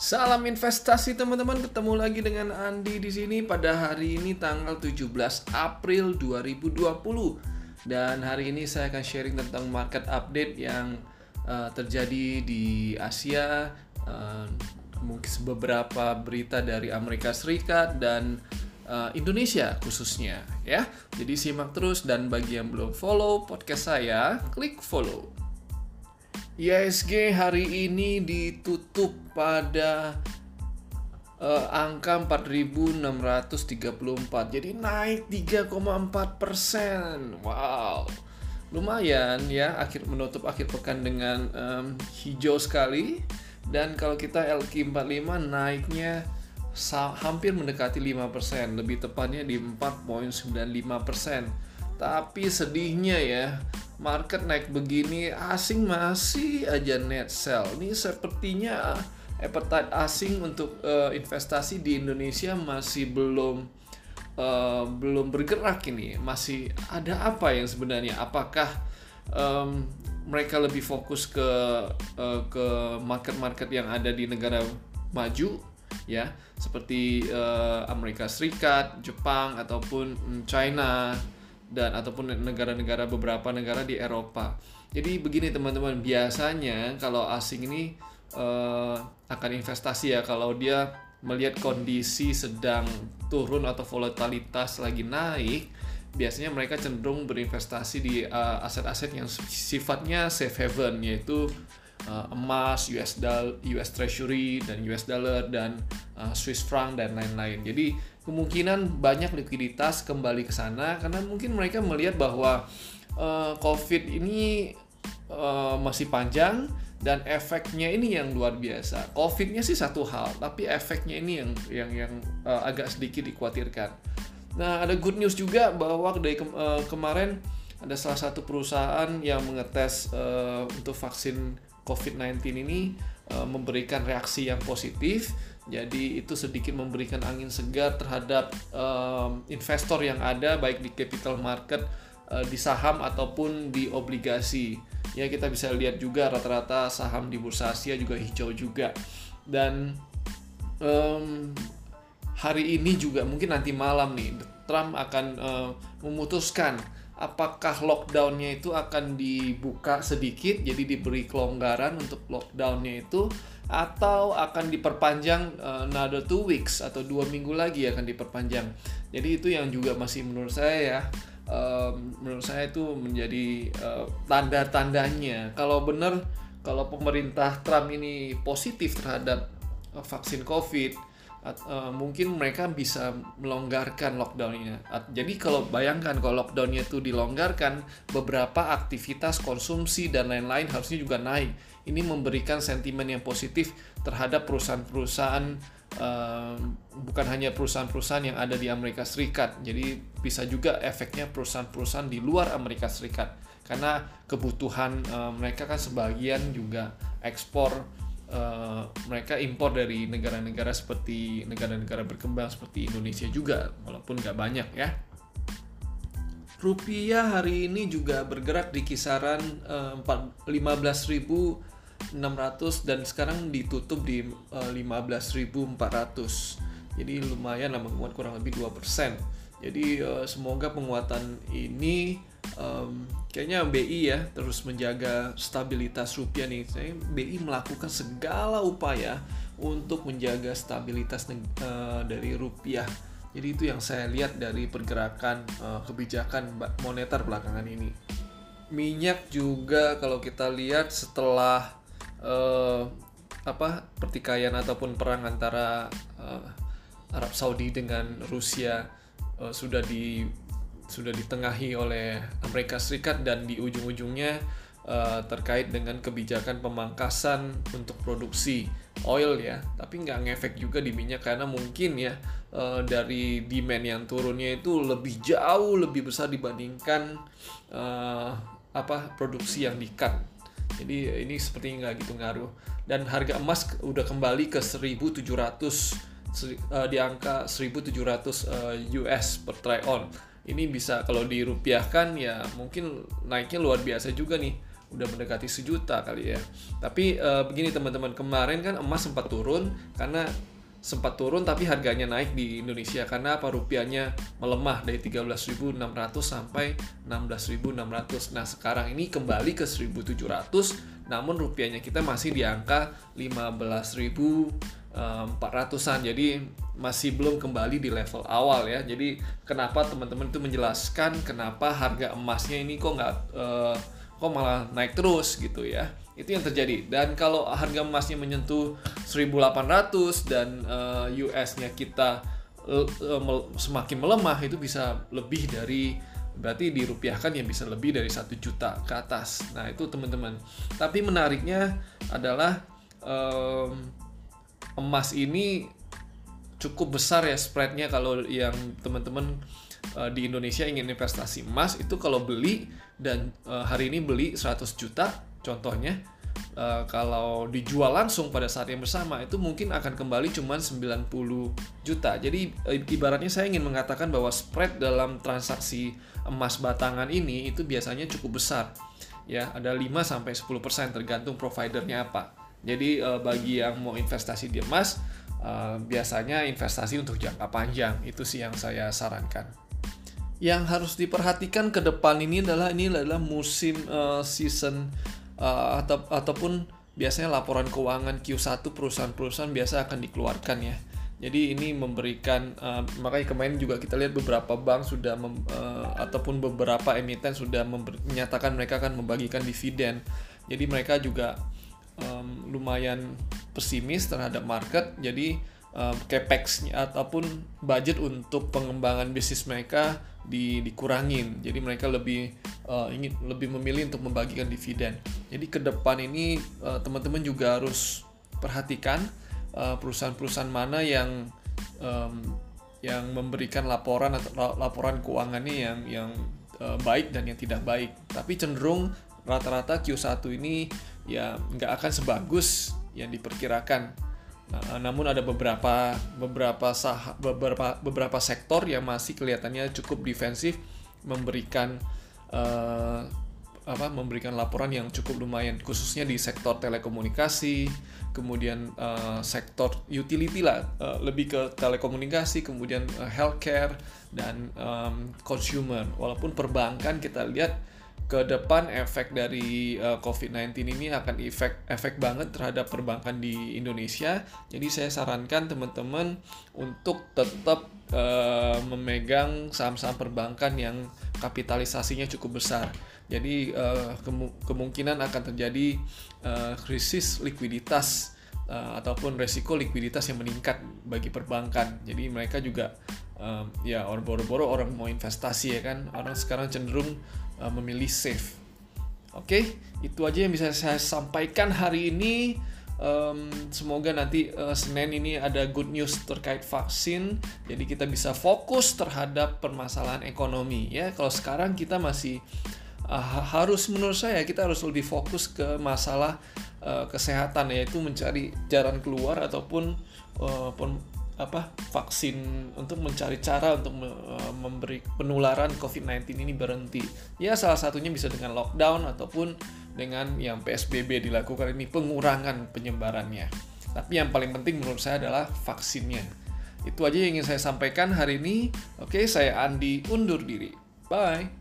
Salam investasi teman-teman, ketemu lagi dengan Andi di sini pada hari ini tanggal 17 April 2020. Dan hari ini saya akan sharing tentang market update yang terjadi di Asia, mungkin beberapa berita dari Amerika Serikat dan Indonesia khususnya ya. Jadi simak terus, dan bagi yang belum follow podcast saya, klik follow. IHSG hari ini ditutup pada angka 4.634, jadi naik 3,4%. Wow, lumayan ya, menutup akhir pekan dengan hijau sekali. Dan kalau kita LQ45 naiknya hampir mendekati 5%, lebih tepatnya di 4,95%. Tapi sedihnya ya, market naik begini, asing masih aja net sell. Ini sepertinya appetite asing untuk investasi di Indonesia masih belum bergerak ini. Masih ada apa yang sebenarnya? Apakah mereka lebih fokus ke market-market yang ada di negara maju ya, seperti Amerika Serikat, Jepang ataupun China, dan ataupun beberapa negara di Eropa. Jadi begini teman-teman, biasanya kalau asing ini akan investasi ya, kalau dia melihat kondisi sedang turun atau volatilitas lagi naik, biasanya mereka cenderung berinvestasi di aset-aset yang sifatnya safe haven, yaitu emas, US Treasury dan US dollar dan Swiss franc dan lain-lain. Jadi kemungkinan banyak likuiditas kembali ke sana karena mungkin mereka melihat bahwa COVID ini masih panjang dan efeknya ini yang luar biasa. COVID-nya sih satu hal, tapi efeknya ini yang agak sedikit dikhawatirkan. Nah, ada good news juga bahwa dari kemarin ada salah satu perusahaan yang mengetes untuk vaksin COVID-19 ini memberikan reaksi yang positif. Jadi itu sedikit memberikan angin segar terhadap investor yang ada baik di capital market, di saham ataupun di obligasi. Ya, kita bisa lihat juga rata-rata saham di bursa Asia juga hijau juga. Dan hari ini juga mungkin nanti malam nih Trump akan memutuskan apakah lockdown-nya itu akan dibuka sedikit, jadi diberi kelonggaran untuk lockdown-nya itu, atau akan diperpanjang another 2 weeks atau 2 minggu lagi akan diperpanjang. Jadi itu yang juga masih menurut saya itu menjadi tanda-tandanya kalau benar, kalau pemerintah Trump ini positif terhadap vaksin COVID, mungkin mereka bisa melonggarkan lockdown-nya. Jadi kalau bayangkan kalau lockdown-nya itu dilonggarkan, beberapa aktivitas konsumsi dan lain-lain harusnya juga naik. Ini memberikan sentimen yang positif terhadap perusahaan-perusahaan, bukan hanya perusahaan-perusahaan yang ada di Amerika Serikat. Jadi bisa juga efeknya perusahaan-perusahaan di luar Amerika Serikat, karena kebutuhan mereka kan sebagian juga ekspor. Mereka impor dari negara-negara seperti negara-negara berkembang seperti Indonesia juga, walaupun nggak banyak ya. Rupiah hari ini juga bergerak di kisaran 15.600 dan sekarang ditutup di 15.400. Jadi lumayan lah, menguat kurang lebih 2%. Jadi semoga penguatan ini kayaknya BI ya terus menjaga stabilitas rupiah nih. BI melakukan segala upaya untuk menjaga stabilitas dari rupiah. Jadi itu yang saya lihat dari pergerakan kebijakan moneter belakangan ini. Minyak juga kalau kita lihat setelah pertikaian ataupun perang antara Arab Saudi dengan Rusia sudah ditengahi oleh Amerika Serikat, dan di ujung-ujungnya terkait dengan kebijakan pemangkasan untuk produksi oil ya, tapi nggak ngefek juga di minyak karena mungkin ya dari demand yang turunnya itu jauh lebih besar dibandingkan produksi yang di-cut. Jadi ini sepertinya nggak gitu ngaruh. Dan harga emas udah kembali ke 1.700, di angka 1.700 US per troy ounce. Ini bisa kalau dirupiahkan ya mungkin naiknya luar biasa juga nih. udah mendekati 1 juta kali ya. Tapi begini teman-teman, kemarin kan emas sempat turun tapi harganya naik di Indonesia karena apa, rupiahnya melemah dari 13.600 sampai 16.600. Nah, sekarang ini kembali ke 1.700, namun rupiahnya kita masih di angka 15.400-an. Jadi masih belum kembali di level awal ya. Jadi kenapa teman-teman itu menjelaskan kenapa harga emasnya ini kok malah naik terus gitu ya. Itu yang terjadi. Dan kalau harga emasnya menyentuh 1.800 dan US-nya kita semakin melemah, itu bisa lebih dari, berarti dirupiahkan ya bisa lebih dari 1 juta ke atas. Nah, itu teman-teman. Tapi menariknya adalah emas ini cukup besar ya spreadnya. Kalau yang teman-teman di Indonesia ingin investasi emas, itu kalau beli dan hari ini beli 100 juta contohnya, kalau dijual langsung pada saat yang bersama itu mungkin akan kembali cuma 90 juta. Jadi ibaratnya saya ingin mengatakan bahwa spread dalam transaksi emas batangan ini itu biasanya cukup besar ya, ada 5-10% tergantung providernya apa. Jadi bagi yang mau investasi di emas, biasanya investasi untuk jangka panjang, itu sih yang saya sarankan. Yang harus diperhatikan ke depan ini adalah musim season ataupun biasanya laporan keuangan Q1 perusahaan-perusahaan biasa akan dikeluarkan ya. Jadi ini memberikan, makanya kemarin juga kita lihat beberapa bank sudah ataupun beberapa emiten sudah menyatakan mereka akan membagikan dividen. Jadi mereka juga lumayan pesimis terhadap market. Jadi capex-nya ataupun budget untuk pengembangan bisnis mereka dikurangin. Jadi mereka lebih memilih untuk membagikan dividen. Jadi ke depan ini teman-teman juga harus perhatikan perusahaan-perusahaan mana yang memberikan laporan keuangannya yang baik dan yang tidak baik. Tapi cenderung rata-rata Q1 ini ya nggak akan sebagus yang diperkirakan. Namun ada beberapa sektor yang masih kelihatannya cukup defensif, memberikan laporan yang cukup lumayan, khususnya di sektor telekomunikasi, kemudian sektor utility lah, lebih ke telekomunikasi, kemudian healthcare dan consumer. Walaupun perbankan kita lihat ke depan efek dari COVID-19 ini akan efek banget terhadap perbankan di Indonesia. Jadi saya sarankan teman-teman untuk tetap memegang saham-saham perbankan yang kapitalisasinya cukup besar. Jadi kemungkinan akan terjadi krisis likuiditas ataupun resiko likuiditas yang meningkat bagi perbankan. Jadi mereka juga boro-boro orang mau investasi ya kan, orang sekarang cenderung memilih safe. Oke, itu aja yang bisa saya sampaikan hari ini. Semoga nanti Senin ini ada good news terkait vaksin, jadi kita bisa fokus terhadap permasalahan ekonomi ya. Kalau sekarang kita masih menurut saya kita harus lebih fokus ke masalah kesehatan, yaitu mencari jalan keluar ataupun vaksin untuk mencari cara untuk memberi penularan COVID-19 ini berhenti. Ya salah satunya bisa dengan lockdown ataupun dengan yang PSBB dilakukan ini, pengurangan penyebarannya. Tapi yang paling penting menurut saya adalah vaksinnya. Itu aja yang ingin saya sampaikan hari ini. Oke, saya Andi undur diri. Bye.